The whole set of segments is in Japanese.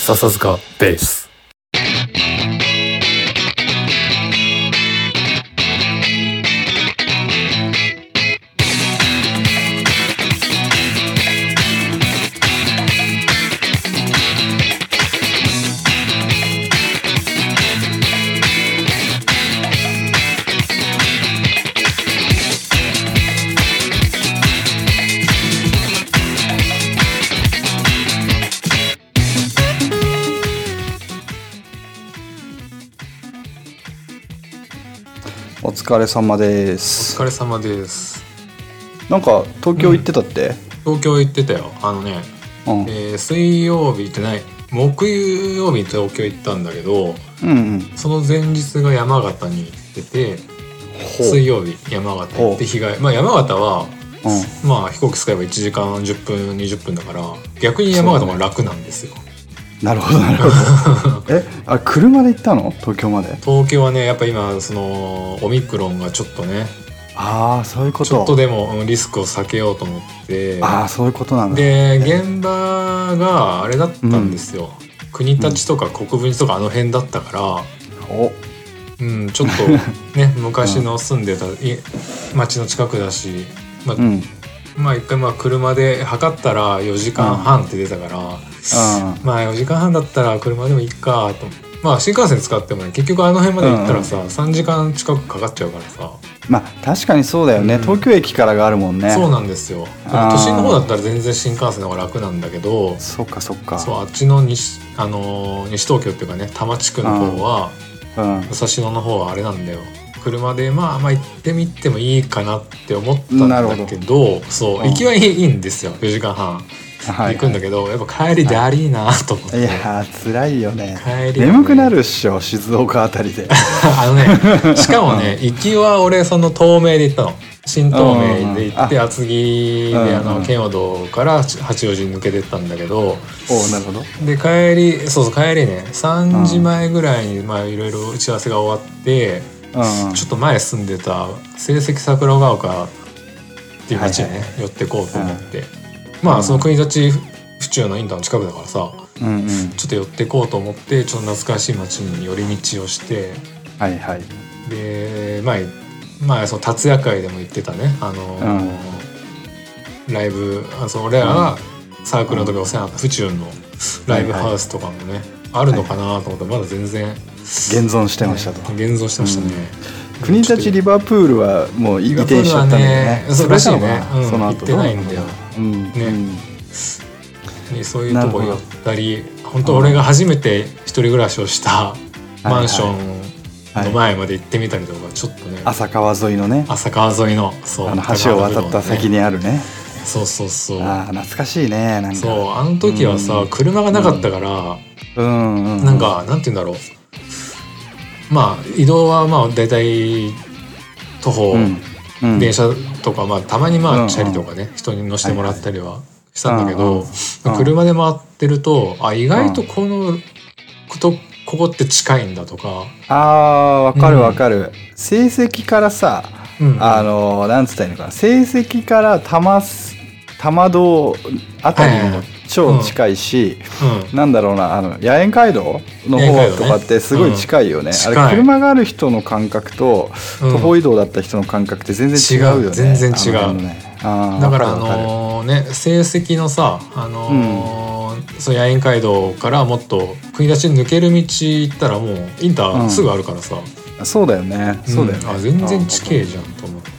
笹塚ベース。 お疲れ様です。 お疲れ様です。 なんか東京行ってたって、 東京行ってたよ。水曜日ってない木曜日に東京行ったんだけど、その前日が山形に行ってて、水曜日山形行って日帰り。山形は、飛行機使えば1時間10分20分だから逆に山形も楽なんですよ。 なるほどなるほど車で行ったの？東京まで？ 東京はね、やっぱ今そのオミクロンがちょっとね、 そういうこと。 ちょっとでもリスクを避けようと思って、 そういうことなんだ。 で現場があれだったんですよ、国立とか国分寺とかあの辺だったから、ちょっとね昔の住んでた町の近くだし、一回車で測ったら4時間半って出たから、4時間半だったら車でもいいかと。新幹線使ってもね、結局あの辺まで行ったらさ、3時間近くかかっちゃうからさ。 確かにそうだよね、東京駅からがあるもんね。 そうなんですよ。都心の方だったら全然新幹線の方が楽なんだけど、 そっかそうあっちの西東京っていうかね、多摩地区の方は、武蔵野の方はあれなんだよ。車で行ってみてもいいかなって思ったんだけど、行きはいいんですよ。4時間半行くんだけど、やっぱ帰りだりーなと思って。 いや辛いよね。眠くなるっしょ、静岡あたりで。 しかもね、行きは俺その東名で行ったの。新東名で行って、厚木で圏央道から八王子に抜けてったんだけど、 なるほど。 で帰りね、3時前ぐらいにいろいろ打ち合わせが終わって、ちょっと前住んでた成績桜ヶ丘っていう町にね、寄ってこうと思って、その国立府中のインターの近くだからさ、ちょっと寄ってこうと思って、ちょっと懐かしい町に寄り道をして、でその達也会でも行ってたね、ライブ、俺らがサークルの時お世話になった府中のライブハウスとかもね、あるのかなと思ったらまだ全然現存してましたと。 現存してましたね。 国立リバプールはもう移転しちゃったんだよね。 そうらしいね。 その後行ってないんだよ。そういうとこ寄ったり、本当俺が初めて一人暮らしをしたマンションの前まで行ってみたりとか、ちょっとね。 浅川沿いのね。 浅川沿いの、 橋を渡った先にあるね。 そう。 懐かしいね。なんか。 あの時はさ、車がなかったから、なんかなんて言うんだろう。移動はだいたい徒歩、電車とか、たまにチャリとかね、人に乗せてもらったりはしたんだけど、車で回ってると、意外とここって近いんだとか。わかるわかる。成績からさ、なんつったらいいのかな、成績から多摩道あたりにも超近いし、なんだろうな、野猿街道の方とかってすごい近いよね。あれ車がある人の感覚と徒歩移動だった人の感覚って全然違うよね。 全然違う。だから成績のさ、その野猿街道からもっと国立に抜ける道行ったらもうインターすぐあるからさ。 そうだよね。 全然近いじゃんと思って。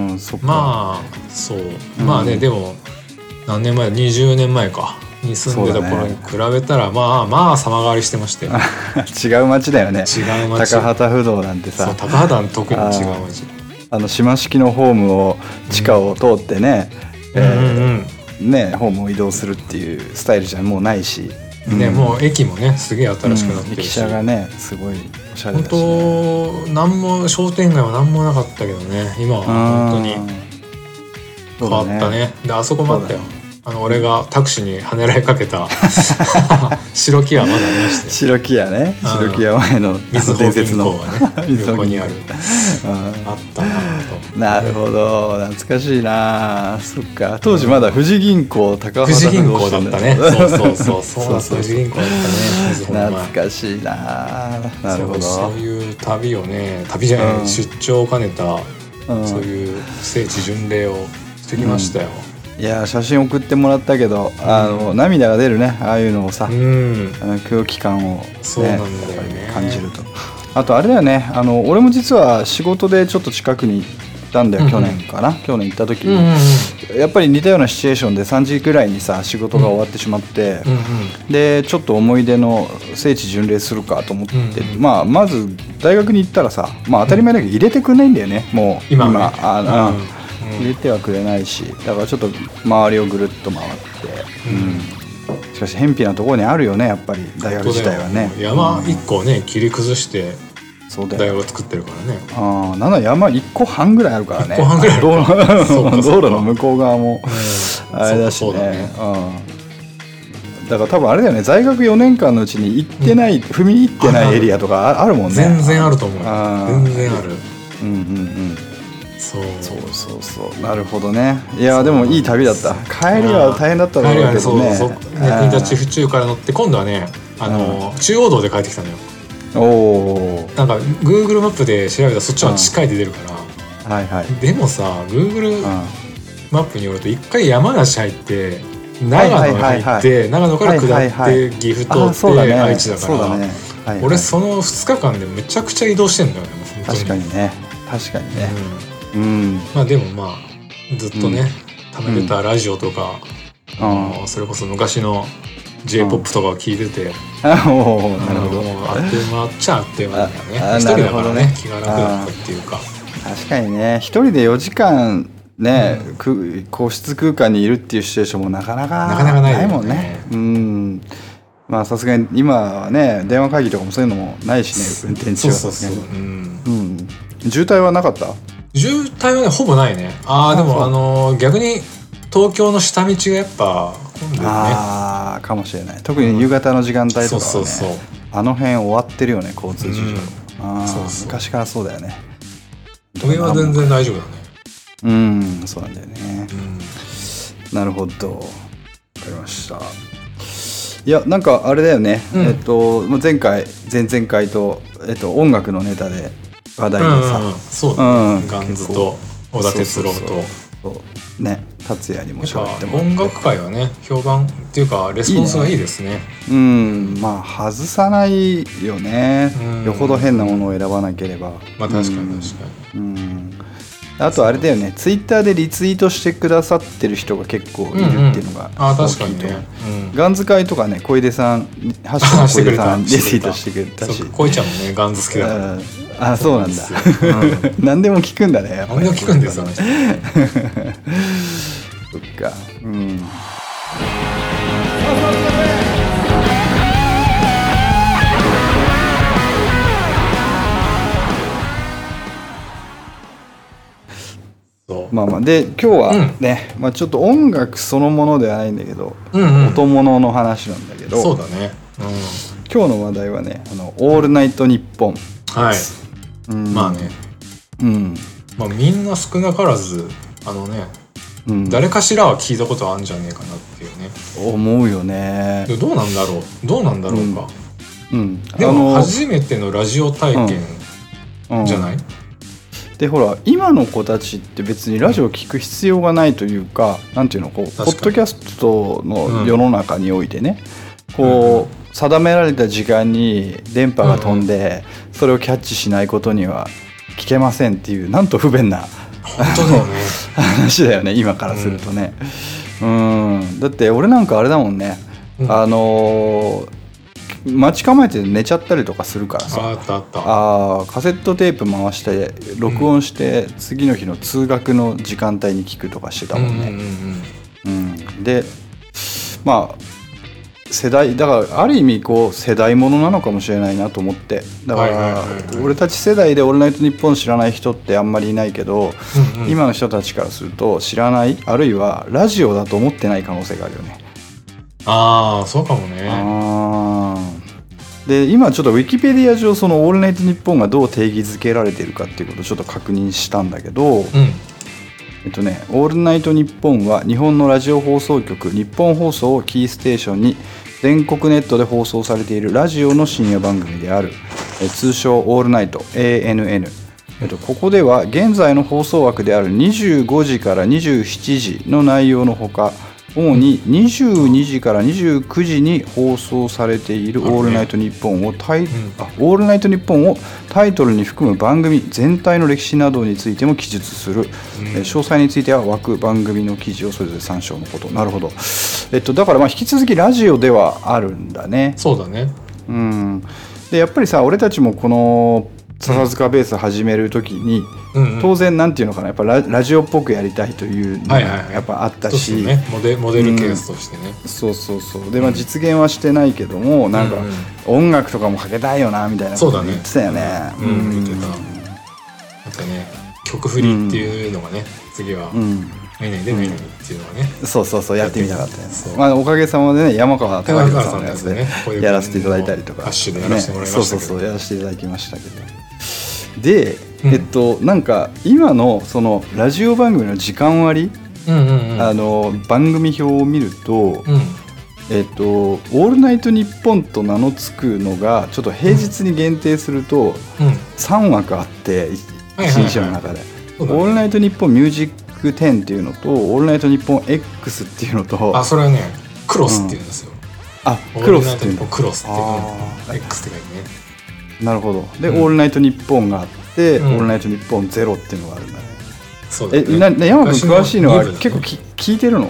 でも何年前、20年前かに住んでた頃に比べたら様変わりしてましたよ。 違う街だよね。 違う街。 高畑不動なんてさ、 高畑は特に違う街。 島式のホームを地下を通ってね、ホームを移動するっていうスタイルじゃもうないし、 もう駅もねすげえ新しくなってるし、 駅舎がねすごいおしゃれだし、 本当商店街は何もなかったけどね、今は本当に変わったね。であそこもあったよ、 俺がタクシーにはねられかけた白木屋まだありましたよ。 白木屋ね、白木屋前のみずほ銀行がね横にあるあったなと。 なるほど、懐かしいな。そっか、当時まだ富士銀行高富士銀行だったね。そう富士銀行だったね。 懐かしいな。なるほど。 そういう旅をね、旅じゃない、出張を兼ねたそういう聖地巡礼をしてきましたよ。 いや写真送ってもらったけど、涙が出るね、ああいうのをさ、空気感を、ね、 そうなんだよね、 感じると。あとあれだよね、俺も実は仕事でちょっと近くに行ったんだよ、去年かな。去年行った時に、やっぱり似たようなシチュエーションで3時ぐらいにさ仕事が終わってしまって、でちょっと思い出の聖地巡礼するかと思って、まず大学に行ったらさ、当たり前だけど入れてくれないんだよね、もう今入れてはくれないし、だからちょっと周りをぐるっと回って、しかし偏僻なところにあるよね、やっぱり大学自体はね。 山1個ね切り崩して大学を作ってるからね。 なんだ、山1個半ぐらいあるからね。 1個半ぐらいある道路の向こう側もあれだしね。だから多分あれだよね、在学4年間のうちに行ってない、踏み入ってないエリアとかあるもんね。 全然あると思う。全然ある。 そうなるほどね。いやでもいい旅だった。帰りは大変だったろうけどね。 国立府中から乗って今度はね、中央道で帰ってきたのよ。なんか Google マップで調べたらそっちは近いで出るから、でもさ Google マップによると一回山梨入って長野入って長野から下って岐阜通って愛知だから、俺その2日間でめちゃくちゃ移動してんだよね。 確かにね。 でもずっとね貯めてたラジオとか、それこそ昔の J-POP とかを聞いてて、 なるほど。 あっという間っちゃあっという間だよね。一人だからね気が楽だったっていうか。 確かにね、一人で4時間ね、個室空間にいるっていうシチュエーションもなかなかないもんね。さすがに今はね電話会議とかもそういうのもないしね、運転中は。渋滞はなかった？ 渋滞はねほぼないね。でも逆に東京の下道がやっぱ混んでるね。 かもしれない。特に夕方の時間帯とかはね、あの辺終わってるよね、交通事情。昔からそうだよね。 上は全然大丈夫だね。 そうなんだよね。なるほど、わかりました。いやなんかあれだよね、前回前々回と音楽のネタで話題でさ、 そうだね、ガンズと小田哲郎とね、達也にも喋ってもらって、音楽界はね評判っていうかレスポンスがいいですね。 外さないよね、よほど変なものを選ばなければ。 確かにあとあれだよね、ツイッターでリツイートしてくださってる人が結構いるっていうのが大きいと。ガンズ会とかね、小出さんハッシュタグ小出さんリツイートしてくれたし、 小出ちゃんもねガンズ好きだから。 そうなんだ。何でも聞くんだね、やっぱり。 何でも聞くんですよね。 そっか。で今日はね、ちょっと音楽そのものではないんだけど、音物の話なんだけど、 そうだね。 今日の話題はね、オールナイトニッポン。 みんな少なからず誰かしらは聞いたことあるんじゃねえかなっていうね。 思うよね。 どうなんだろうか。でも初めてのラジオ体験じゃない？ でほら今の子たちって別にラジオ聞く必要がないというか、なんていうの、ポッドキャストの世の中においてね、定められた時間に電波が飛んで、それをキャッチしないことには聞けませんっていう、なんと不便な話だよね、今からするとね。だって俺なんかあれだもんね、待ち構えて寝ちゃったりとかするからさ、カセットテープ回して録音して、次の日の通学の時間帯に聞くとかしてたもんね。で世代だからある意味こう世代ものなのかもしれないなと思って、だから俺たち世代でオールナイトニッポン知らない人ってあんまりいないけど、今の人たちからすると知らない、あるいはラジオだと思ってない可能性があるよね。 ああそうかもね。 で今ちょっとウィキペディア上そのオールナイトニッポンがどう定義づけられているかっていうことをちょっと確認したんだけど、オールナイトニッポンは日本のラジオ放送局日本放送をキーステーションに全国ネットで放送されているラジオの深夜番組である、通称オールナイト ANN。ここでは現在の放送枠である25時から27時の内容のほか、主に22時から29時に放送されているオールナイトニッポンをタイトルに含む番組全体の歴史などについても記述する、詳細については枠番組の記事をそれぞれ参照のこと。なるほど。だから引き続きラジオではあるんだね。 そうだね。 でやっぱりさ、俺たちもこの笹塚ベース始めるときに、当然なんていうのかな、やっぱラジオっぽくやりたいというのがやっぱあったし、 モデルケースとしてね、 そうで、実現はしてないけども、なんか音楽とかもかけたいよなみたいなこと言ってたよね。 言ってた。なんかね、曲振りっていうのがね、次は何々で何々っていうのはね、 そうやってみたかったね。おかげさまでね、山川貴弘さんのやつでやらせていただいたりとか、 ハッシュでやらせてもらいましたけど、 やらせていただきましたけど。で、なんか今のそのラジオ番組の時間割、番組表を見ると、オールナイトニッポンと名の付くのがちょっと平日に限定すると3枠あって、1日の中で、オールナイトニッポンミュージック10っていうのとオールナイトニッポン X っていうのと、 それはねクロスっていうんですよ。 クロスっていうの、 クロスっていうの X って書いてね。 なるほど。で、オールナイトニッポンがあって、オールナイトニッポンゼロっていうのがあるんだね。 そうだね。 山君詳しいのは結構聞いてるの？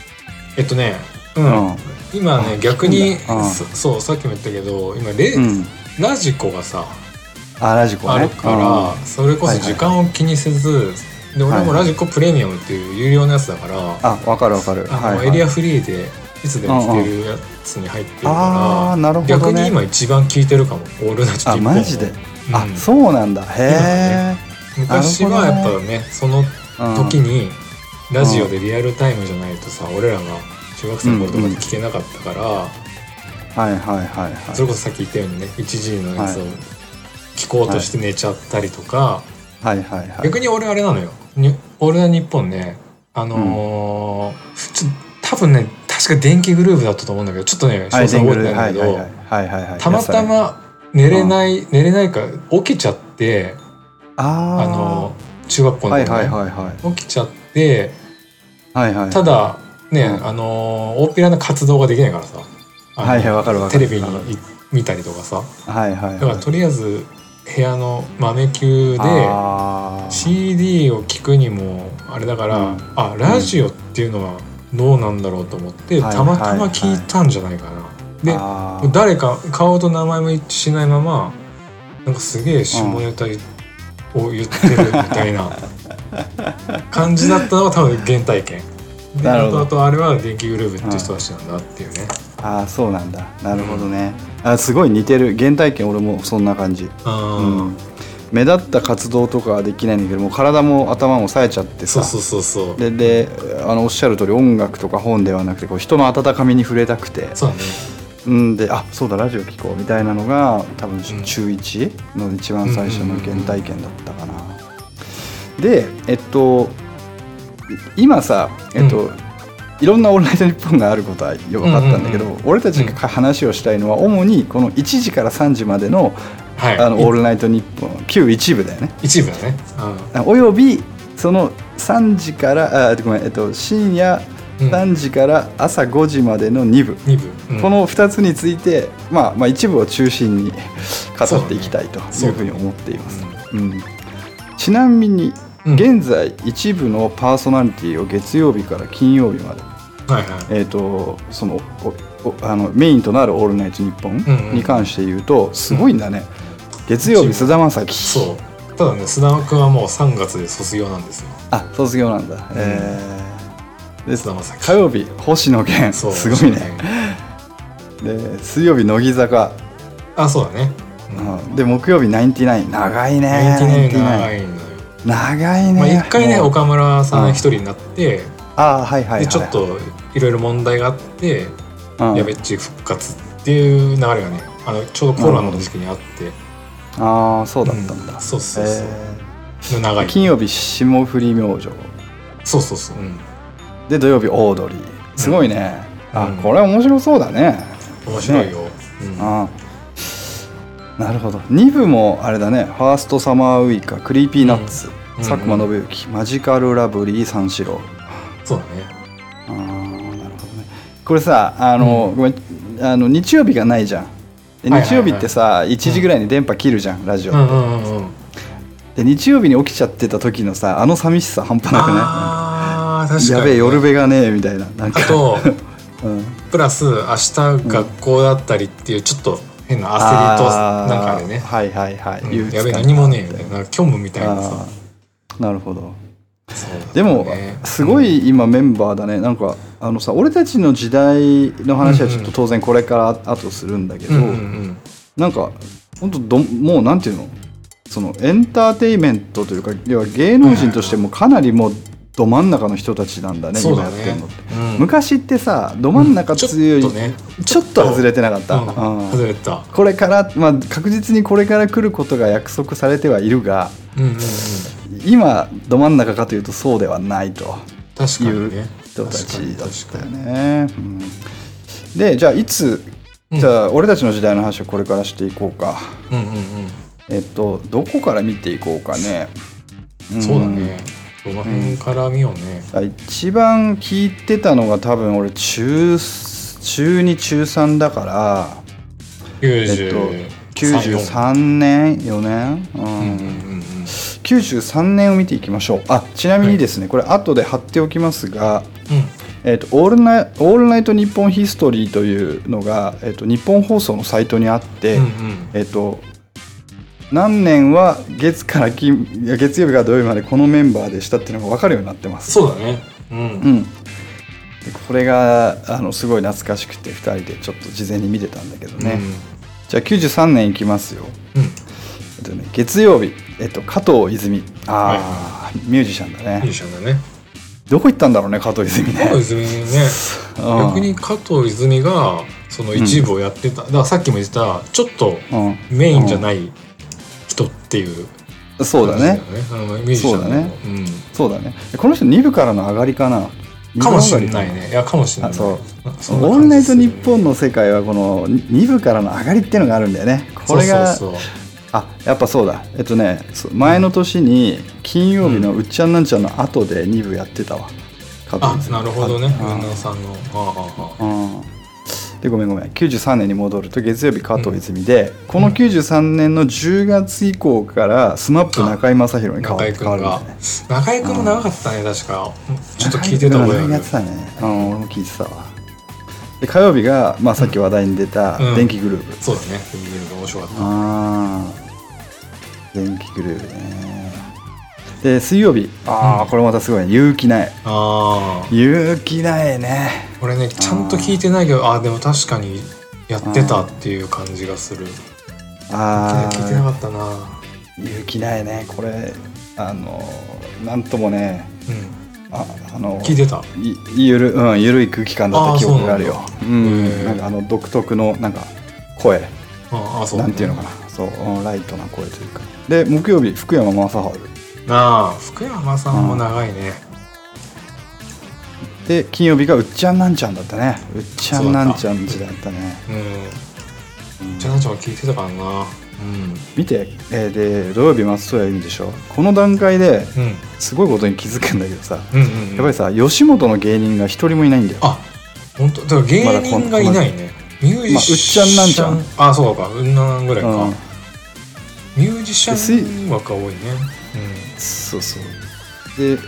今ね逆にそうさっきも言ったけど今ラジコがさラジコあるからそれこそ時間を気にせずで俺もラジコプレミアムっていう有料のやつだからわかるエリアフリーでいつでも聞けるやつに入ってるから逆に今一番聞いてるかもオールナイトニッポン。 マジで？そうなんだ。へえ。 昔はやっぱねその時にラジオでリアルタイムじゃないとさ俺らが中学生の頃とかで聞けなかったからそれこそさっき言ったようにね1時のやつを聞こうとして寝ちゃったりとか逆に俺あれなのよオールナイトニッポンね多分ね確か電気グルーヴだったと思うんだけどちょっとね詳細覚えてないんだけどたまたま寝れないか起きちゃって中学校の頃ね起きちゃってただね大っぴらな活動ができないからさテレビに見たりとかさだからとりあえず部屋の豆球で CD を聴くにもあれだからラジオっていうのはどうなんだろうと思ってたまたま聞いたんじゃないかな。で誰か顔と名前も一致しないままなんかすげえ下ネタを言ってるみたいな感じだったのが多分原体験であとあれは電気グルーヴっていう人たちなんだっていうね。 そうなんだ。なるほどね。すごい似てる原体験。俺もそんな感じ。目立った活動とかはできないんだけども体も頭も冴えちゃってさでおっしゃる通り音楽とか本ではなくてこう人の温かみに触れたくてでそうだラジオ聴こうみたいなのが多分中1の一番最初の原体験だったかな。で今さいろんなオールナイトニッポンがあることはよく分かったんだけど、俺たちが話をしたいのは主にこの1時から3時までのオールナイトニッポン旧一部だよね。 一部だね。 およびその3時から深夜3時から朝5時までの2部、この2つについて、一部を中心に語っていきたいというふうに思っています。ちなみに現在一部のパーソナリティを月曜日から金曜日まで、そのメインとなるオールナイトニッポンに関して言うとすごいんだね。月曜日菅田将暉。 そうただね菅田君はもう3月で卒業なんですよ。 卒業なんだ。で火曜日星野源すごいね。 で水曜日乃木坂、 あそうだね、 で木曜日ナインティナイン、長いね。 長いのよ。 長いね。 まあ、一回ね岡村さん一人になって、 でちょっといろいろ問題があって、やべっち復活っていう流れがね、ちょうどコロナの時期にあって、 そうだったんだ。 そう長い。 金曜日霜降り明星、 そう、 で土曜日オードリー、すごいね。これ面白そうだね。 面白いよ。 なるほど。2部もあれだね。ファーストサマーウイカ、クリーピーナッツ、佐久間信之、マジカルラブリー、三四郎。 そうだね。 なるほどね。これさ、ごめん、日曜日がないじゃん。で日曜日ってさ、1時ぐらいに電波切るじゃん、ラジオって。で日曜日に起きちゃってた時のさ、寂しさ半端なくね。確かにね。やべえ、夜べがねえみたいな。なんかあと、プラス明日学校だったりっていうちょっと変な焦りとなんかあれね。やべえ何もねえみたいな、虚無みたいなさ。 なるほど。でもすごい今メンバーだね。なんかさ、俺たちの時代の話はちょっと当然これから後するんだけど、なんか本当もうなんていうの、そのエンターテインメントというか、要は芸能人としてもかなりもうど真ん中の人たちなんだね、今やってるのって。昔ってさ、ど真ん中強い、ちょっと外れてなかった。 外れた。 これから、確実にこれから来ることが約束されてはいるが、今ど真ん中かというとそうではないという人たちだったよね。でじゃあじゃあ俺たちの時代の話をこれからしていこうか。どこから見ていこうかね。 そうだね。どの辺から見ようね。 一番聞いてたのが多分俺中2中3だから、93年4年、93年を見ていきましょう。ちなみにですね、これ後で貼っておきますが、オールナイトニッポンヒストリーというのが、日本放送のサイトにあって、何年は月曜日から土曜日までこのメンバーでしたっていうのが分かるようになってます。 そうだね。 これがすごい懐かしくて2人でちょっと事前に見てたんだけどね。じゃあ93年いきますよ。月曜日、加藤泉、ミュージシャンだね。 ミュージシャンだね。 どこ行ったんだろうね、加藤泉ね。 加藤泉ね。逆に加藤泉がその一部をやってた。だからさっきも言ってたちょっとメインじゃない人っていう。 そうだね。 そうだね。 そうだね。この人2部からの上がりかな。 かもしれないね。いやかもしれない。 オールナイトニッポンの世界はこの2部からの上がりっていうのがあるんだよね。これがやっぱそうだ。前の年に金曜日のうっちゃんなんちゃんの後で2部やってたわ。 なるほどね。上野さんの。 でごめん93年に戻ると月曜日加藤泉で、この93年の10月以降からスマップ中居正広に変わるんだね。 中居君も長かったね、確か。ちょっと聞いてた覚えある。 やってたね。俺も聞いてたわ。で火曜日が、さっき話題に出た電気グループ。 そうだね。電気グループ面白かった。 電気グループね。で水曜日、これまたすごいね、結城苗。結城苗ね。 俺ねちゃんと聞いてないけど、でも確かにやってたっていう感じがする。聞いてなかったな。 結城苗ね、これなんともね、 聞いてた。 ゆるい空気感だった記憶があるよ。なんか独特のなんか声、なんていうのかな、そうライトな声というか。で木曜日福山雅治。 福山さんも長いね。 で金曜日がうっちゃんなんちゃんだったね。うっちゃんなんちゃん時代だったね。 うっちゃんなんちゃんは聞いてたからな。 見て、で土曜日松任谷由実でしょ。この段階ですごいことに気づくんだけどさ、やっぱりさ吉本の芸人が一人もいないんだよ。 本当。だから芸人がいないね。ミュージシャン、 うっちゃんなんちゃん。 そうか、うんなんぐらいか。ミュージシャン枠が多いね。 そうで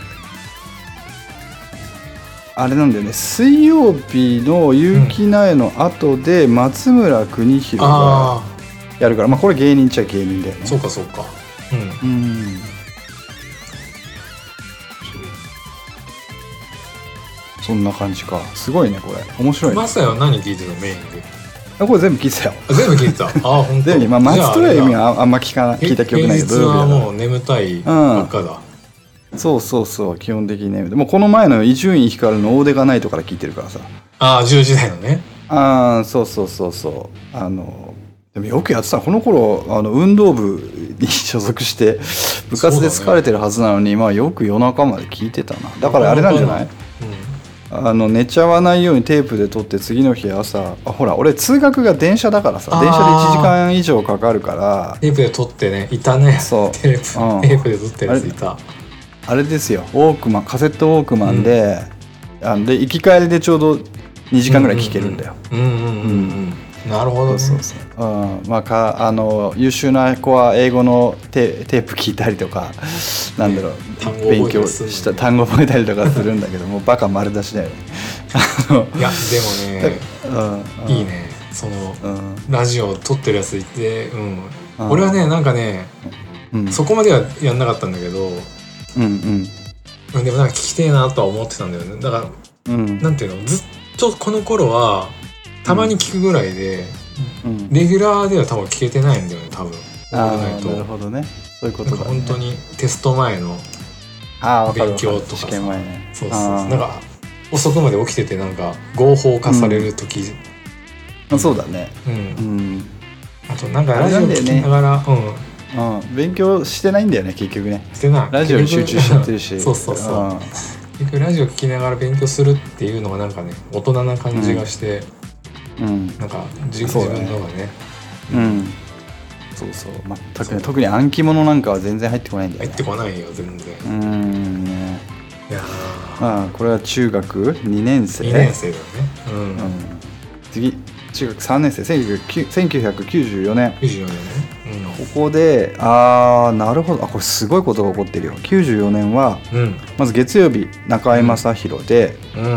あれなんだよね、水曜日の結城苗の後で松村邦洋がやるから、これ芸人っちゃ芸人だよね。 そうか。 そんな感じか。すごいねこれ。面白いね。 マサヤは何聞いてたのメインで。 これ全部聞いてたよ。 全部聞いてた。あ、本当。 まあ、松任谷由実はあんま聞いた記憶ないけど、 平日はもう眠たいばっかだ。 そうそうそう、基本的にね。でもこの前の伊集院光のオーデガナイトから聞いてるからさ。 ああ、10時代のね。 ああ、そうそうそうそう。でもよくやってた。この頃運動部に所属して部活で疲れてるはずなのに、まあよく夜中まで聞いてたな。だからあれなんじゃない？寝ちゃわないようにテープで撮って次の日朝、ほら俺通学が電車だからさ、電車で1時間以上かかるからテープで撮ってね、いたね。 そうテープで撮ってるやついた。 あれですよ、ウォークマン、カセットウォークマンで、で行き帰りでちょうど2時間ぐらい聴けるんだよ。 なるほどね。 そうそうそう、まあ優秀な子は英語のテープ聞いたりとか、なんだろう、勉強した単語覚えたりとかするんだけどもうバカ丸出しだよね。 いやでもね、いいね、その、ラジオ撮ってるやついて、俺はねなんかね、そこまではやんなかったんだけど、でもなんか聞きてえなとは思ってたんだよね。だから、なんていうの、ずっとこの頃はたまに聞くぐらいで、レギュラーでは多分聞けてないんだよね、多分。 なるほどね、そういうことだね。 本当にテスト前の勉強とかさ、そうなんか遅くまで起きてて、なんか合法化される時、 そうだね。 あとなんかラジオ聞きながら、 勉強してないんだよね結局ね。 してない。 ラジオに集中しちゃってるし。 そうそうそう。結局ラジオ聞きながら勉強するっていうのがなんかね、大人な感じがして、なんか自分のがね。そうそう。特に暗記物なんかは全然入ってこないんだよね。入ってこないよ全然。いやこれは中学2年生。 2年生だね。 次中学3年生、1994年。 94年ね。 ここでなるほど、これすごいことが起こってるよ。94年は、まず月曜日中居正広で、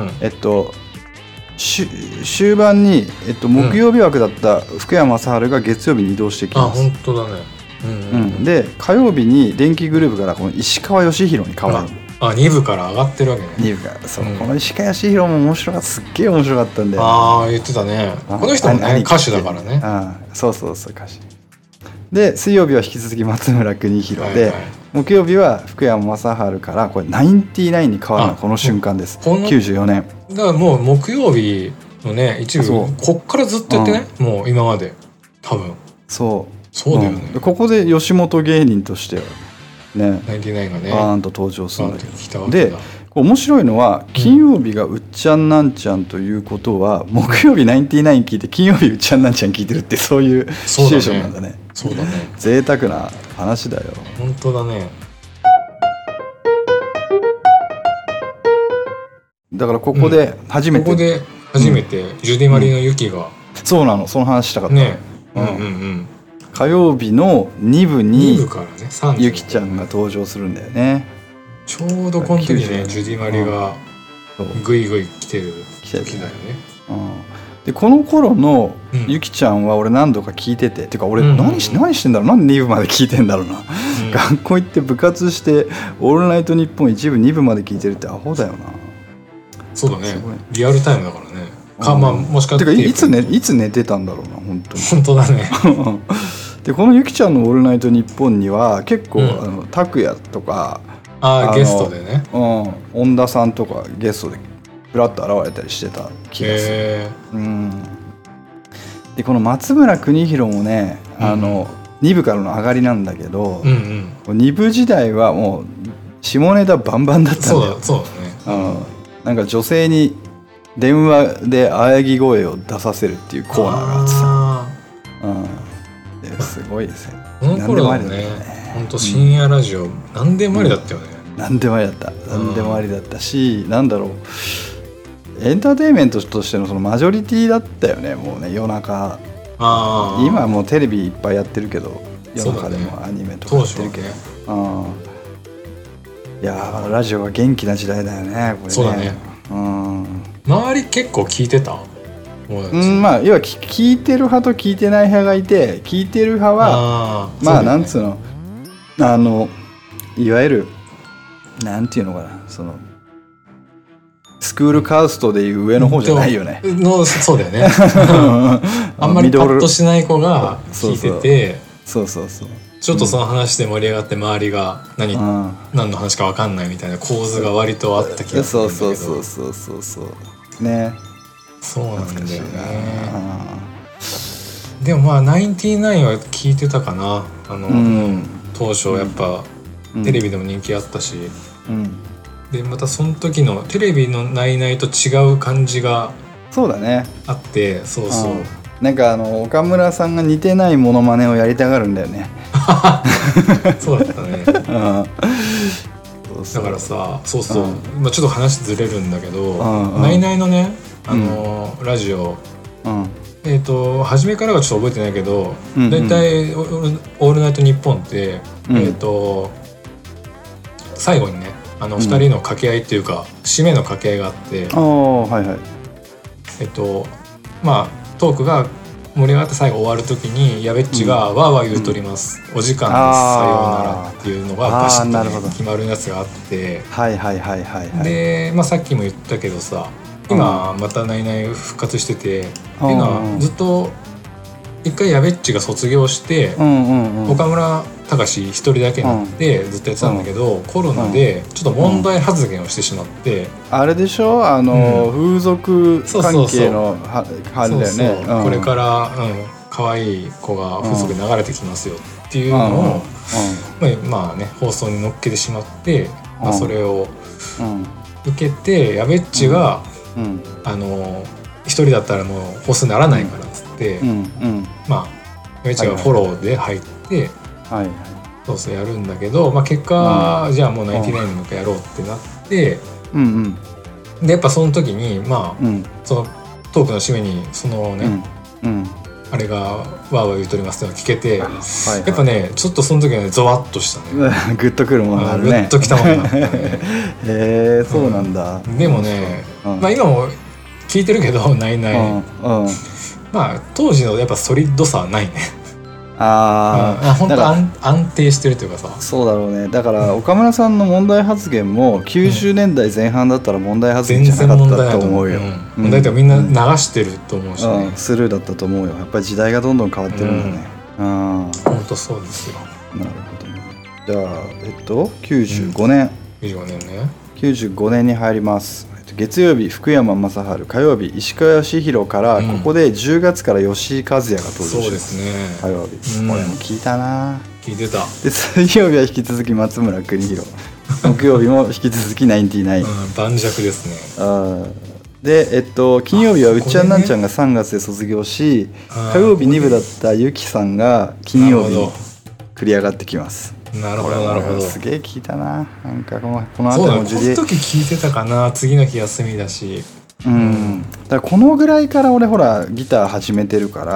終盤に、木曜日枠だった福山雅治が月曜日に移動してきます。 本当だね。 で火曜日に電気グループからこの石川義弘に変わる。 2部から上がってるわけね。 2部からそう、この石川義弘も面白かった、すっげえ面白かったんだよ。 言ってたね。この人もね歌手だからね。 そうそうそう、歌手で、水曜日は引き続き松村邦洋で、木曜日は福山雅治からこれナインティナインに変わるのはこの瞬間です。94年だからもう木曜日のね一部こっからずっとやってね、もう今まで多分そうだよね。 ここで吉本芸人としてはね、 ナインティナインがねバーンと登場するんだけど、で面白いのは金曜日がうっちゃんなんちゃんということは、木曜日ナインティナイン聞いて金曜日うっちゃんなんちゃん聞いてるって、そういうシチュエーションなんだね。 そうだね。 贅沢な話だよ。 本当だね。 だからここで初めて、 ジュディ・マリのユキが、 そうなの、その話したかったね。 火曜日の2部にからね、 ユキちゃんが登場するんだよね。 ちょうどこの時ね、ジュディ・マリがグイグイ来てる時だよね。 でこの頃のユキちゃんは俺何度か聞いてて、てか俺何してんだろう、なんで2部まで聞いてんだろうな、学校行って部活してオールナイトニッポン1部2部まで聞いてるってアホだよな。 そうだね、リアルタイムだからね。もしかしていつ寝てたんだろうな、本当に。 本当だね。 でこのゆきちゃんのオールナイトニッポンには結構拓哉とかゲストでね、 恩田さんとかゲストでふらっと現れたりしてた気がする。でこの松村邦洋もね、2部からの上がりなんだけど、2部時代はもう下ネタバンバンだったんだよ。 そうだね。 なんか女性に電話で喘ぎ声を出させるっていうコーナーがあってさ、すごいですよ。 この頃はね、本当深夜ラジオ何でもありだったよね。 何でもありだった。何でもありだったし、なんだろう、エンターテインメントとしてのそのマジョリティだったよね、もうね、夜中。今はもうテレビいっぱいやってるけど、夜中でもアニメとかやってるけど、いやラジオは元気な時代だよね、これね。 そうだね。周り結構聞いてた？ まあ要は聞いてる派と聞いてない派がいて、聞いてる派はまあなんつうの、いわゆるなんていうのかな、その好スクールカーストでいう上の方じゃないよね。 そうだよね。あんまりパッとしない子が聞いてて、 そうちょっとその話で盛り上がって周りが何の話か分かんないみたいな構図が割とあった気がするんだけど。 そうね。 そうなんだよね。でもまあナインティナインは聞いてたかな。当初やっぱテレビでも人気あったし、でまたその時のテレビのナイナイと違う感じがそうだねあって、そうそう。 なんか岡村さんが似てないモノマネをやりたがるんだよね。 そうだったね。だからさ、そうそう、まあちょっと話ずれるんだけど、ナイナイのね、ラジオ、初めからはちょっと覚えてないけど、だいたいオールナイトニッポンって、最後にね、2人の掛け合いっていうか締めの掛け合いがあって、まあトークが盛り上がって最後終わる時にやべっちがわーわー言うとります、お時間です、さようならっていうのがバシッと、ね、決まるやつがあって、で、まあ、さっきも言ったけどさ、今またナイナイ復活してて、っていうのはずっと一回やべっちが卒業して、岡村隆史一人だけになってずっとやってたんだけど、コロナでちょっと問題発言をしてしまって、 あれでしょ、風俗関係のあれだよね、 これから、可愛い子が風俗に流れてきますよっていうのを、まあね、放送に乗っけてしまって、まあ、それを受けてやべっちが、一人だったらもう放送にならないからっつって、まあやべっちがフォローで入って、そうそうやるんだけど、まあ、結果、じゃあもうナインティナインのやろうってなって、でやっぱその時にまあ、そのトークの締めにそのね、あれがわーわー言うとりますってのが聞けて、やっぱねちょっとその時はねゾワッとしたね。 グッとくるものがあるね。 グッときたものがあったね。 へえ、そうなんだ。 でもね、まあ今も聞いてるけどナイナイ、まあ当時のやっぱソリッドさはないね。本当安定してるというかさ。 そうだろうね。だから岡村さんの問題発言も90年代前半だったら問題発言じゃなかったと思うよ。 問題とかみんな流してると思うしね。 スルーだったと思うよ。やっぱり時代がどんどん変わってるんだね。 本当そうですよ。 なるほどね。じゃあ95年。 95年ね。 95年に入ります。月曜日福山雅治、火曜日石川義弘から、ここで10月から吉井和也が登場します。 そうですね。 火曜日、俺も聞いたな。 聞いてた。 で水曜日は引き続き松村邦洋、木曜日も引き続きナインティナイン。 盤石ですね。 で金曜日はうっちゃんなんちゃんが3月で卒業し、火曜日2部だったゆきさんが金曜日に繰り上がってきます。 なるほどなるほど。 すげえ聞いたな。なんかこの後もこの時聞いてたかな。次の日休みだし。 だからこのぐらいから俺ほらギター始めてるから、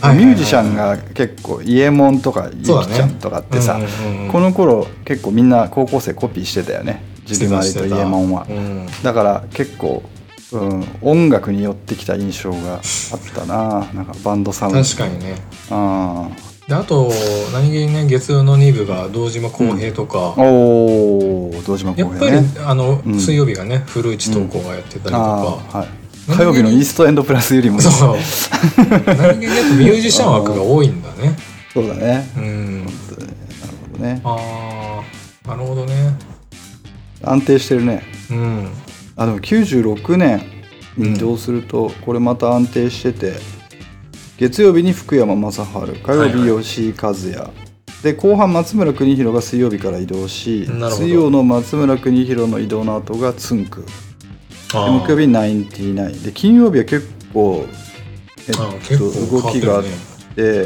ミュージシャンが結構イエモンとかゆきちゃんとかってさ、この頃結構みんな高校生コピーしてたよね、ジュディマリとイエモンは。だから結構、音楽に寄ってきた印象があったな。なんかバンドサウンド。 確かにね。であと何気にね、月曜の2部が堂島康平とか、 堂島康平ね。 やっぱり水曜日がね、古市東子がやってたりとか、 火曜日のイーストエンドプラスよりもそう何気にやっぱミュージシャン枠が多いんだね。 そうだね。 なるほどね。なるほどね。 安定してるね。でも96年に移動するとこれまた安定してて、月曜日に福山雅治、火曜日吉井和也、で後半松村邦洋が水曜日から移動し、水曜の松村邦洋の移動の後がつんく、木曜日ナインティナインで、金曜日は結構、動きがあって、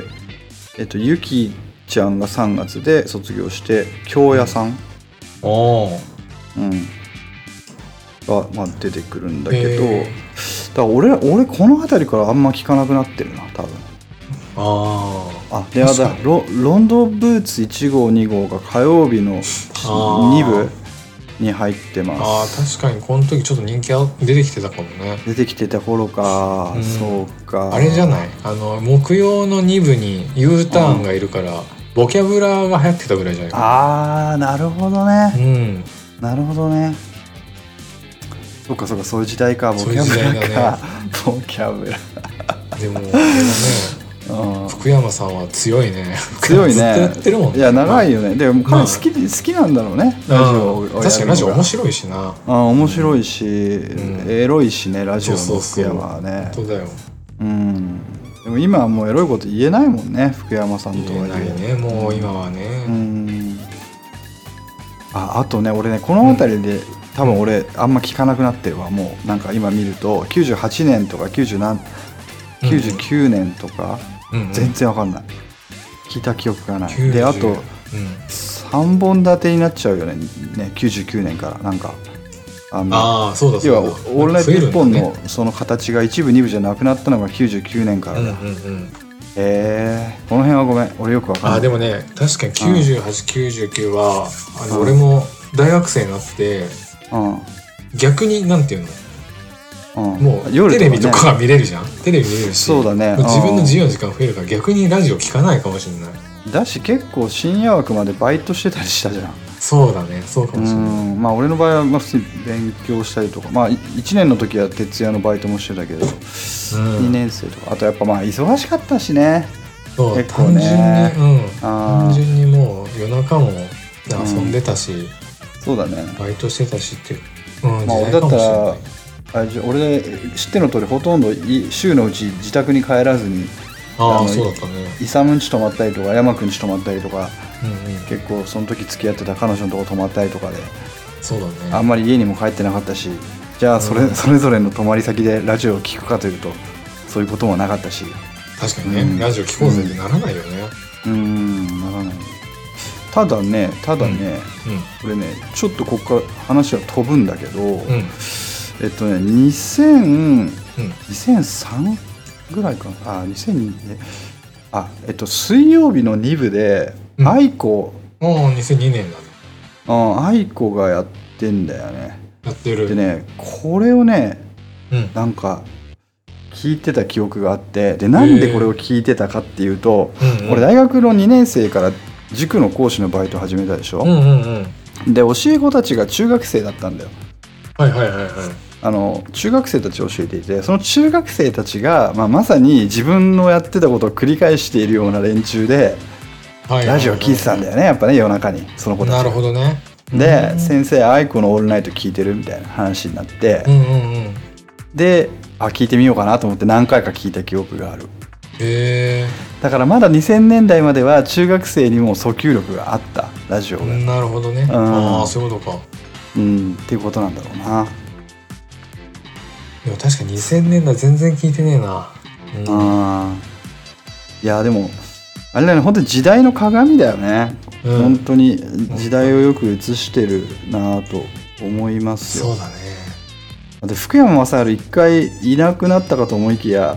ゆきちゃんが3月で卒業して京谷さん、が、出てくるんだけど、だから俺この辺りからあんま聞かなくなってるな多分。でロンドンブーツ1号2号が火曜日の2部に入ってます。 確かにこの時ちょっと人気出てきてたかもね。 出てきてた頃か、そうか。 あれじゃない、木曜の2部に U ターンがいるから、ボキャブラが流行ってたぐらいじゃないかな。 なるほどね。なるほどね。 そうかそうか、そういう時代か。ボキャブラか、ボキャブラでも福山さんは強いね。 強いね。 ずっとやってるもんね。 いや長いよね。でも彼好きなんだろうね、ラジオをやるのが。 確かにラジオ面白いしな。 面白いし、エロいしね、ラジオの福山はね。 本当だよ。 でも今はもうエロいこと言えないもんね、福山さんとは。 言えないね、もう今はね。 あとね、俺ね、この辺りで多分俺あんま聞かなくなってるわ。もうなんか今見ると98年とか99年とか全然わかんない。聞いた記憶がない。で、あと3本立てになっちゃうよね、99年からなんか。 そうだそうだ。 要はオールナイトニッポンのその形が一部二部じゃなくなったのが99年からだ。この辺はごめん、俺よくわかんない。 でもね、確かに98、99は俺も大学生になって逆になんていうの、もうテレビとかが見れるじゃん。テレビ見れるし、 そうだね、 自分の自由な時間増えるから逆にラジオ聞かないかもしれない。 だし結構深夜枠までバイトしてたりしたじゃん。 そうだね、そうかもしれない。 まあ俺の場合は普通に勉強したりとか、まあ1年の時は徹夜のバイトもしてたけど、2年生とか、あとやっぱまあ忙しかったしね。 そう結構ね、単純にもう夜中も遊んでたし、 そうだね、 バイトしてたしって、 まあ俺だったら俺知っての通りほとんど週のうち自宅に帰らずに、 そうだったね、 イサムん家泊まったりとか山くん家泊まったりとか、結構その時付き合ってた彼女のとこ泊まったりとかで、 そうだね、 あんまり家にも帰ってなかったし、じゃあそれぞれの泊まり先でラジオを聞くかというとそういうこともなかったし。 確かにね、ラジオ聞こうぜってならないよね。 ならない。ただね、これね、ちょっとここから話は飛ぶんだけど、2003ぐらいかな、2002年、水曜日の2部で愛子、 2002年だね。 愛子がやってんだよね。 やってる。 でね、これをね、なんか聞いてた記憶があって、でなんでこれを聞いてたかっていうと、俺大学の2年生から塾の講師のバイト始めたでしょ。で教え子たちが中学生だったんだよ。中学生たちを教えていて、その中学生たちが、まさに自分のやってたことを繰り返しているような連中でラジオを聞いてたんだよね、やっぱね、夜中にその子たち。 なるほどね。 で、先生愛子のオールナイト聞いてるみたいな話になって、で聞いてみようかなと思って何回か聞いた記憶がある。だからまだ2000年代までは中学生にも訴求力があったラジオが。 なるほどね。そういうことか。 っていうことなんだろうな。 でも確かに2000年代全然聞いてねえな。 いやでもあれだね、本当に時代の鏡だよね。本当に時代をよく映してるなと思いますよ。 そうだね。 で福山雅治一回いなくなったかと思いきや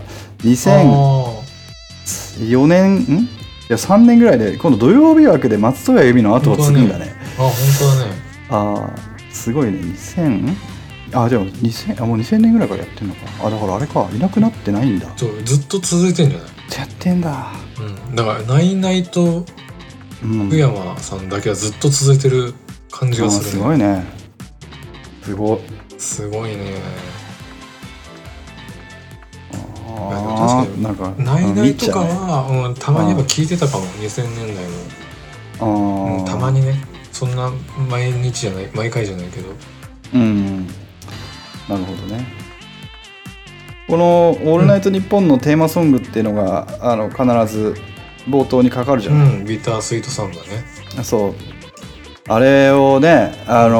2004年いや3年ぐらいで今度土曜日枠で松任谷由実の後を継ぐんだね。 本当だね。 すごいね。でももう2000年ぐらいからやってんのか。だからあれか、いなくなってないんだ。 ずっと続いてんじゃない？ やってんだ。 だからナイナイと福山さんだけはずっと続いてる感じがする。 すごいね。 すごいね。 なんかナイナイとかは、たまにやっぱ聞いてたかも。2000年代もたまにね。そんな毎日じゃない、毎回じゃないけど。 なるほどね。この「オールナイトニッポン」のテーマソングっていうのが必ず冒頭にかかるじゃない。 ビタースイートサウンドね。 そう、あれをね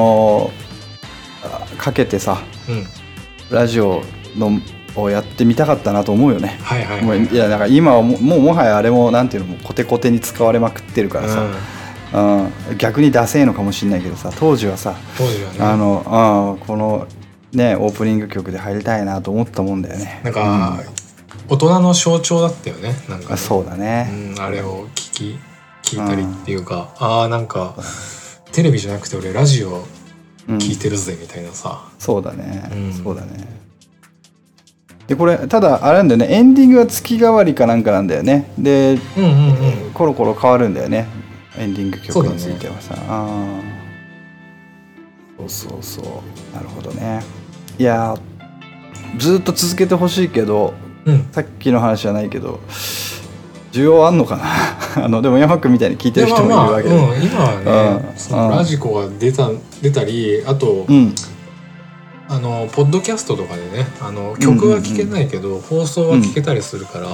かけてさ、ラジオをやってみたかったなと思うよね。いやだから今はもはやあれもなんていうのもコテコテに使われまくってるからさ、逆にダセえのかもしれないけどさ、当時はね、このねオープニング曲で入りたいなと思ったもんだよね。 なんか、大人の象徴だったよね。なんかね、 そうだね、 あれを聞いたりっていうか、なんかテレビじゃなくて俺ラジオ聞いてるぜみたいなさ。 そうだね、そうだね。でこれただあれなんだよね、エンディングは月替わりかなんかなんだよね。で、コロコロ変わるんだよね、エンディング曲についてはさ。そうなるほどね。 いやずっと続けてほしいけど、さっきの話じゃないけど需要あんのかなでも山君みたいに聞いてる人もいるわけで、 今はね、そのラジコが出たり、あと、ポッドキャストとかでね、曲は聴けないけど、放送は聴けたりするから、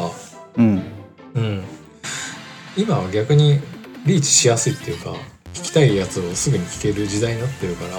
今は逆にリーチしやすいっていうか、聴きたいやつをすぐに聴ける時代になってるから。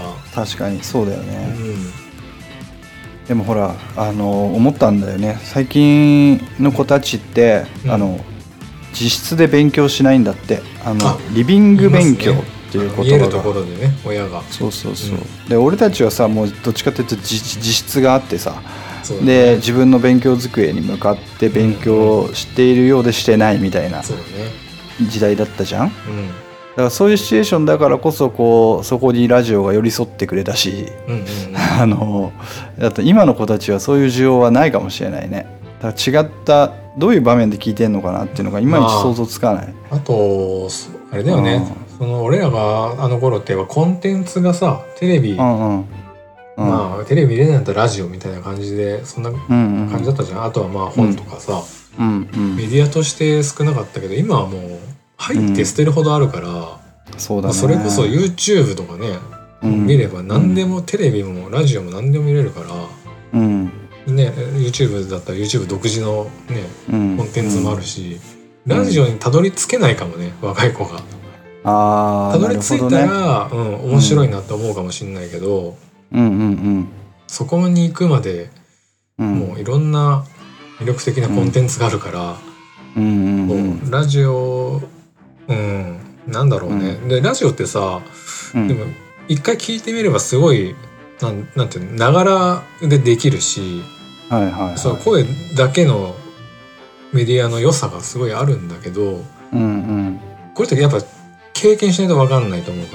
確かにそうだよね。でもほら思ったんだよね、最近の子たちって、自室で勉強しないんだって。リビング勉強っていう言葉が見えるところでね、親が。 そう、で俺たちはさ、もうどっちかっていうと自室があってさ、で自分の勉強机に向かって勉強しているようでしてないみたいな時代だったじゃん。だからそういうシチュエーションだからこそそこにラジオが寄り添ってくれたし、だって今の子たちはそういう需要はないかもしれないね。だから違ったどういう場面で聞いてんのかなっていうのがいまいち想像つかない。 あとあれだよね、俺らが頃ってコンテンツがさ、テレビ、テレビ見れないんだったらラジオみたいな感じで、そんな感じだったじゃん。あとは本とかさ、メディアとして少なかったけど、今はもう入って捨てるほどあるから、 そうだね、 それこそ YouTube とかね、見れば何でも、テレビもラジオも何でも見れるから、YouTube だったら YouTube 独自のね、コンテンツもあるし、ラジオにたどり着けないかもね、若い子が。たどり着いたら、面白いなって思うかもしれないけど、そこに行くまで、もういろんな魅力的なコンテンツがあるから、ラジオ、なんだろうね。でラジオってさ、でも一回聞いてみればすごいなんていうの、ながらでできるし、そう声だけのメディアの良さがすごいあるんだけど、これってやっぱ経験しないと分かんないと思うから。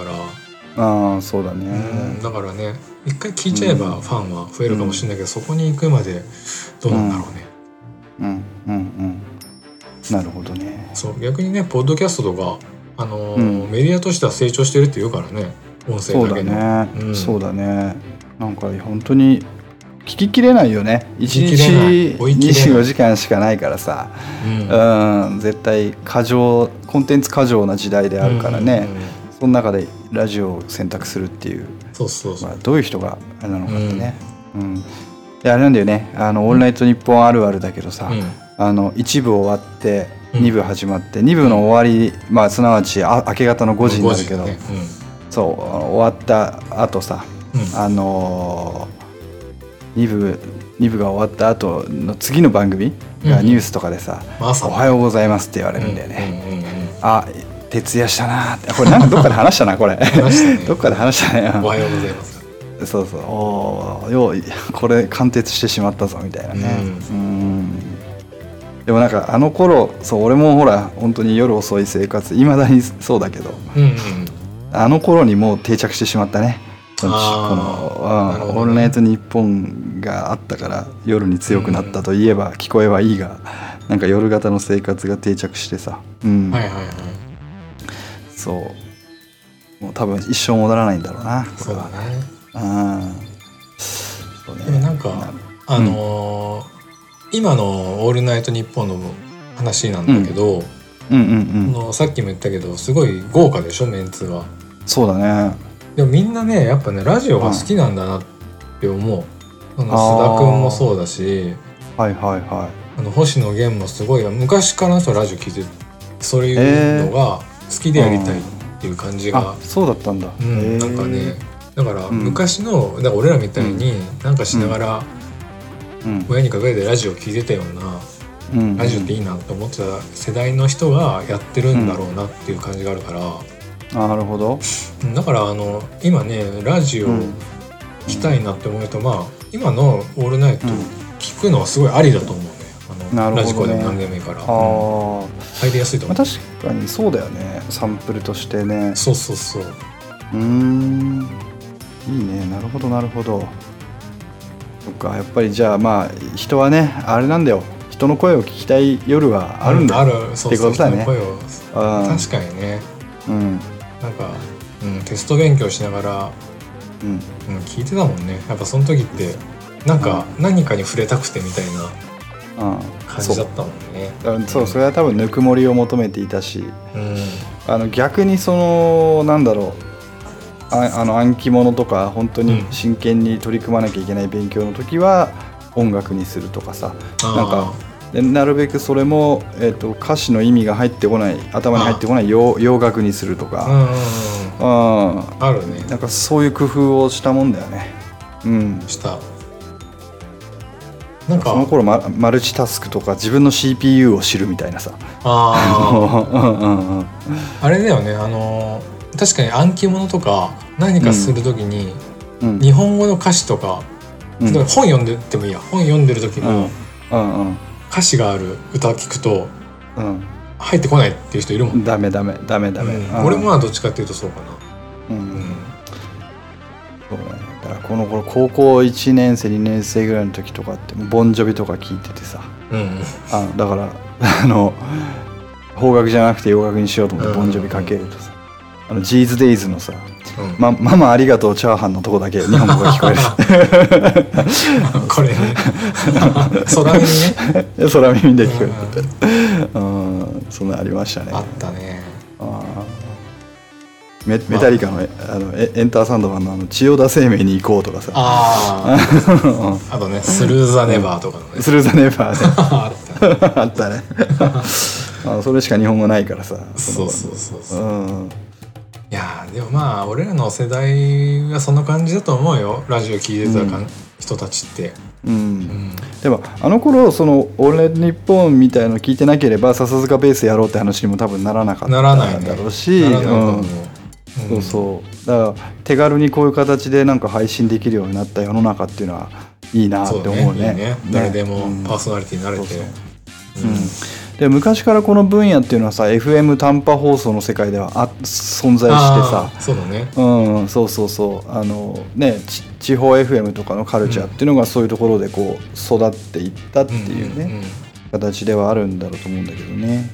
そうだね。 だからね、一回聞いちゃえばファンは増えるかもしれないけど、そこに行くまでどうなんだろうね。 なるほどね。 そう逆にね、ポッドキャストとかメディアとしては成長してるっていうからね、音声だけの。 そうだね。なんか本当に聞ききれないよね。1日24時間しかないからさ、絶対コンテンツ過剰な時代であるからね、その中でラジオを選択するっていう、どういう人があれなのかってね。であれなんだよね、オールナイトニッポンあるあるだけどさ、1部終わって2部始まって、2部の終わり、すなわち明け方の5時になるけど、そう終わった後さ、2部が終わった後の次の番組がニュースとかでさ、おはようございますって言われるんだよね。徹夜したなって。これなんかどっかで話したな、これ。どっかで話したね。 おはようございます。 そう、これ貫徹してしまったぞみたいなね。でもなんか頃、俺もほら本当に夜遅い生活、いまだにそうだけど、頃にもう定着してしまったね。このオールナイトニッポンがあったから夜に強くなったと言えば聞こえはいいが、なんか夜型の生活が定着してさ、そうもう多分一生戻らないんだろうな。 そうだね。 そうね。 でもなんか今のオールナイトニッポンの話なんだけど、さっきも言ったけどすごい豪華でしょ、メンツが。そうだね。でもみんなね、やっぱねラジオが好きなんだなって思う。須田くんもそうだし、星野源もすごい昔からの人ラジオ聞いて、そういうのが好きでやりたいっていう感じが。 そうだったんだ。 なんかね、だから昔の、だから俺らみたいになんかしながら親に隠れてラジオ聞いてたような、ラジオっていいなって思ってた世代の人がやってるんだろうなっていう感じがあるから。 なるほど。 だから今ねラジオ聞きたいなって思うと、今のオールナイト聞くのはすごいありだと思うね。ラジコでも何でもいいから入りやすいと思う。 確かにそうだよね、サンプルとしてね。 そう。 いいね。なるほど。そっか、やっぱりじゃあ人はねあれなんだよ、人の声を聞きたい夜はあるんだってことだね。 確かにね。なんか、テスト勉強しながら、聞いてたもんね。やっぱその時ってなんか何かに触れたくてみたいな感じだったもんね。 そう、それは多分ぬくもりを求めていたし、逆にそのなんだろう、暗記物とか本当に真剣に取り組まなきゃいけない勉強の時は音楽にするとかさ、なんかでなるべくそれも、歌詞の意味が入ってこない、頭に入ってこない洋楽にするとか、 あるね。 なんかそういう工夫をしたもんだよね。 した。なんかその頃マルチタスクとか自分の CPU を知るみたいなさ。 あれだよね。確かに暗記物とか何かするときに、日本語の歌詞とか、本読んでてもいいや。本読んでる時も、歌詞がある歌を聞くと、入ってこないっていう人いるもん。 ダメ。 俺もどっちかっていうとそうかな。 そうね。だからこの頃高校1年生2年生ぐらいの時とかってボンジョビとか聞いててさ、だから邦楽じゃなくて洋楽にしようと思ってボンジョビかけるとさ、ジーズデイズのさ、ママありがとうチャーハンのとこだけ日本語が聞こえるこれね空耳ね空耳で聞こえるそんなありましたね。 あったね。 メタリカの、エンターサンドマンの千代田生命に行こうとかさ、 あとねスルーザネバーとかのね、 スルーザネバーねあったねそれしか日本語ないからさ。 そう、いやでもまあ俺らの世代はそんな感じだと思うよ、ラジオ聞いてた人たちって。でもあの頃そのオールナイトニッポンみたいの聞いてなければ笹塚ベースやろうって話にも多分ならなかっただろうし、そうだから手軽にこういう形でなんか配信できるようになった世の中っていうのはいいなって思うね。 誰でもパーソナリティになれて。 で昔からこの分野っていうのはさ FM 短波放送の世界では存在してさ、 そうだね、 そうね、地方 FM とかのカルチャーっていうのがそういうところでこう育っていったっていうね、形ではあるんだろうと思うんだけどね。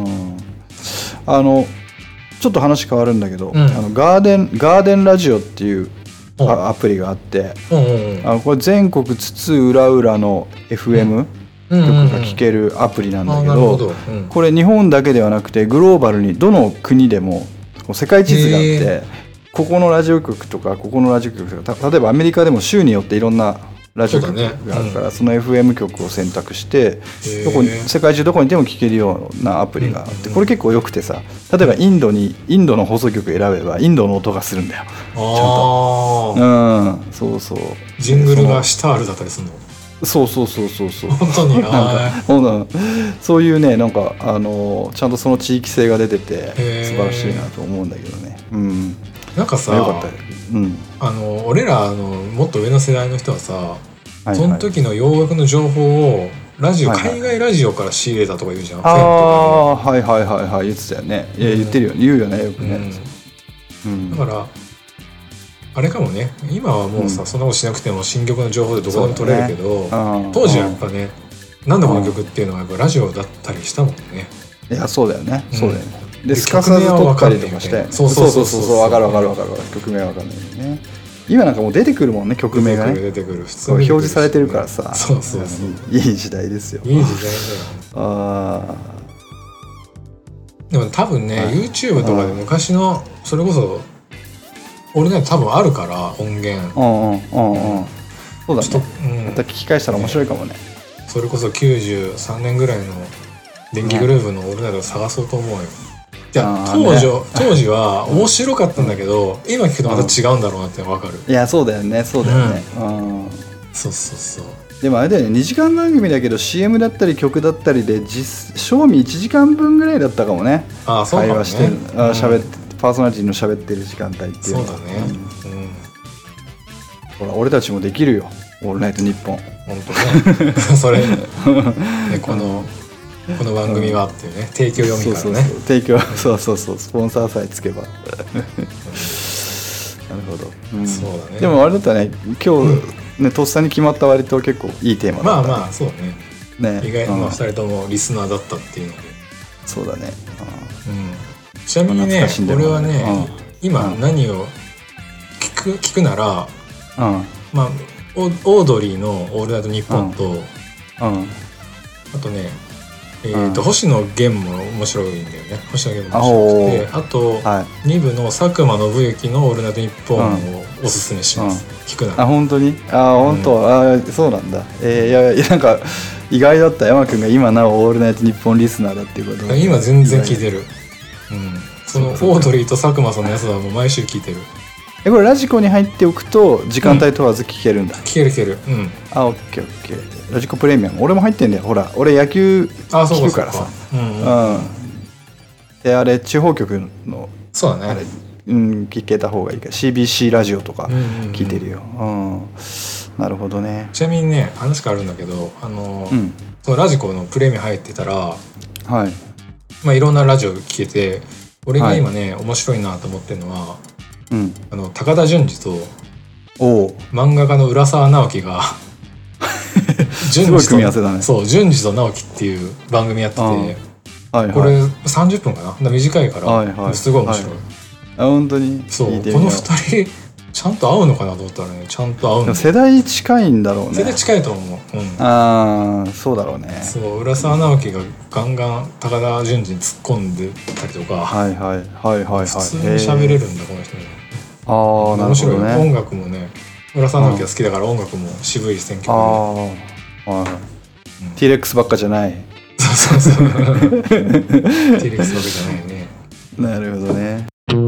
ちょっと話変わるんだけど、ガーデンラジオっていうアプリがあって、これ全国津々浦々の FM、曲が聴けるアプリなんだけど、これ日本だけではなくてグローバルにどの国でも世界地図があって、ここのラジオ局とかここのラジオ局とか、例えばアメリカでも州によっていろんなラジオ局があるから、その FM 局を選択して世界中どこにでも聴けるようなアプリがあって、これ結構よくてさ、例えばインドの放送局選べばインドの音がするんだよちゃんと。そうそう、 ジングルがシタールだったりするの。 そう本当にそういうね、なんかちゃんとその地域性が出てて素晴らしいなと思うんだけどね。 なんかさ、よかった、俺らもっと上の世代の人はさ、その時の洋楽の情報を海外ラジオから仕入れたとか言うじゃん。 はい言ってたよね。いや言ってるよね、言うよねよくね。 だからあれかもね、今はもうさ、そんなことしなくても新曲の情報でどこでも取れるけど、当時はやっぱね、なんだこの曲っていうのはやっぱラジオだったりしたもんね。 いやそうだよね、そうだよね。ですかさず撮ったりとかして、そう分かる曲名は分かんないよね。今なんかもう出てくるもんね、曲名がね。 出てくる、普通に表示されてるからさ。 そういい時代ですよ。 いい時代だよ。でも多分ね、YouTube とかで昔のそれこそ俺ね多分あるから音源。 そうだね。また聞き返したら面白いかもね。 それこそ93年ぐらいの電気グルーヴのオールナイトを探そうと思うよ。いや当時は面白かったんだけど、今聞くとまた違うんだろうなって分かる。 いやそうだよね。 そうでもあれだよね、2時間番組だけど CM だったり曲だったりで賞味1時間分ぐらいだったかもね。会話して喋ってパーソナリティの喋ってる時間帯っていうのは。 そうだね。 ほら俺たちもできるよ、オールナイトニッポン。 本当ね。それこの番組はっていうね、提供読みからね。 提供、そうスポンサーさえつけば。なるほど。そうだね。でもあれだったね、今日ねとっさに決まった割と結構いいテーマだった。 まあそうね。意外に2人ともリスナーだったっていうので。 そうだね。 ちなみにね、俺はね、今何を聞くなら、まあオードリーの「オールナイトニッポン」と、あとね星野源も面白いんだよね。星野源も面白くて、あと、2部の佐久間信行の「オールナイトニッポン」をおすすめします、聞くなら。 本当に本当、そうなんだ。いやなんか意外だった。山くんが今なお「オールナイトニッポン」リスナーだっていうこと。 今全然聞いてる。そのオードリーと佐久間さんのやつはもう毎週聞いてる。 これラジコに入っておくと時間帯問わず聞けるんだ。 聞ける。 オッケー。ラジコプレミアム俺も入ってんだよ。ほら俺野球聞くからさ。であれ地方局のそうだね。 聞けた方がいいから CBC ラジオとか聞いてるよ。なるほどね。 ちなみにね話変わるんだけどそのラジコのプレミアム入ってたらいろんなラジオ聞けて、俺が今ね面白いなと思ってるのは高田純次と漫画家の浦沢直樹がすごい組み合わせだね。 そう純次と直樹っていう番組やってて、これ30分かな、短いからすごい面白い。 本当に。 そう、この2人ちゃんと合うのかなと思ったらね、ちゃんと合うんだ。 世代近いんだろうね。 世代近いと思う。そうだろうね。 そう浦沢直樹がガンガン高田純次に突っ込んでたりとか、普通に喋れるんだこの人ね。面白い。音楽もね、浦沢直樹が好きだから音楽も渋い選曲で。 T-Rex ばっかじゃない。 そう T-Rex ばっかじゃないね。 なるほどね。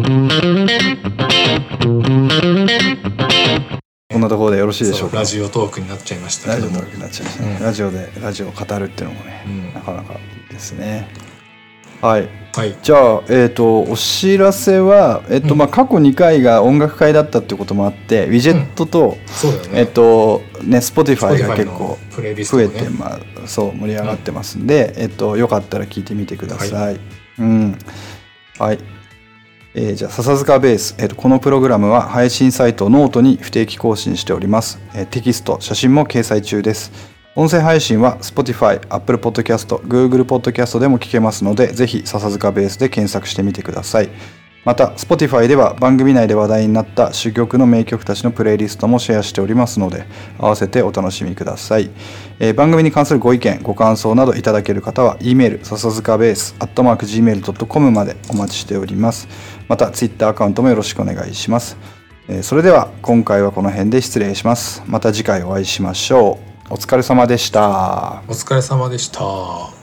こんなところでよろしいでしょうか。 ラジオトークになっちゃいましたけども。 ラジオでラジオを語るっていうのもね、なかなかいいですね。はい。じゃあお知らせは過去2回が音楽会だったっていうこともあって、ウィジェットとSpotify が結構増えてそう盛り上がってますんで、よかったら聞いてみてください。はい。じゃあ笹塚ベース、このプログラムは配信サイトノートに不定期更新しております。テキスト、写真も掲載中です。音声配信は Spotify、Apple Podcast、Google Podcast でも聞けますので、ぜひ笹塚ベースで検索してみてください。また Spotify では番組内で話題になった珠玉の名曲たちのプレイリストもシェアしておりますので、合わせてお楽しみください。番組に関するご意見ご感想などいただける方は E メール笹塚ベース@gmail.com までお待ちしております。また Twitter アカウントもよろしくお願いします。それでは今回はこの辺で失礼します。また次回お会いしましょう。お疲れ様でした。 お疲れ様でした。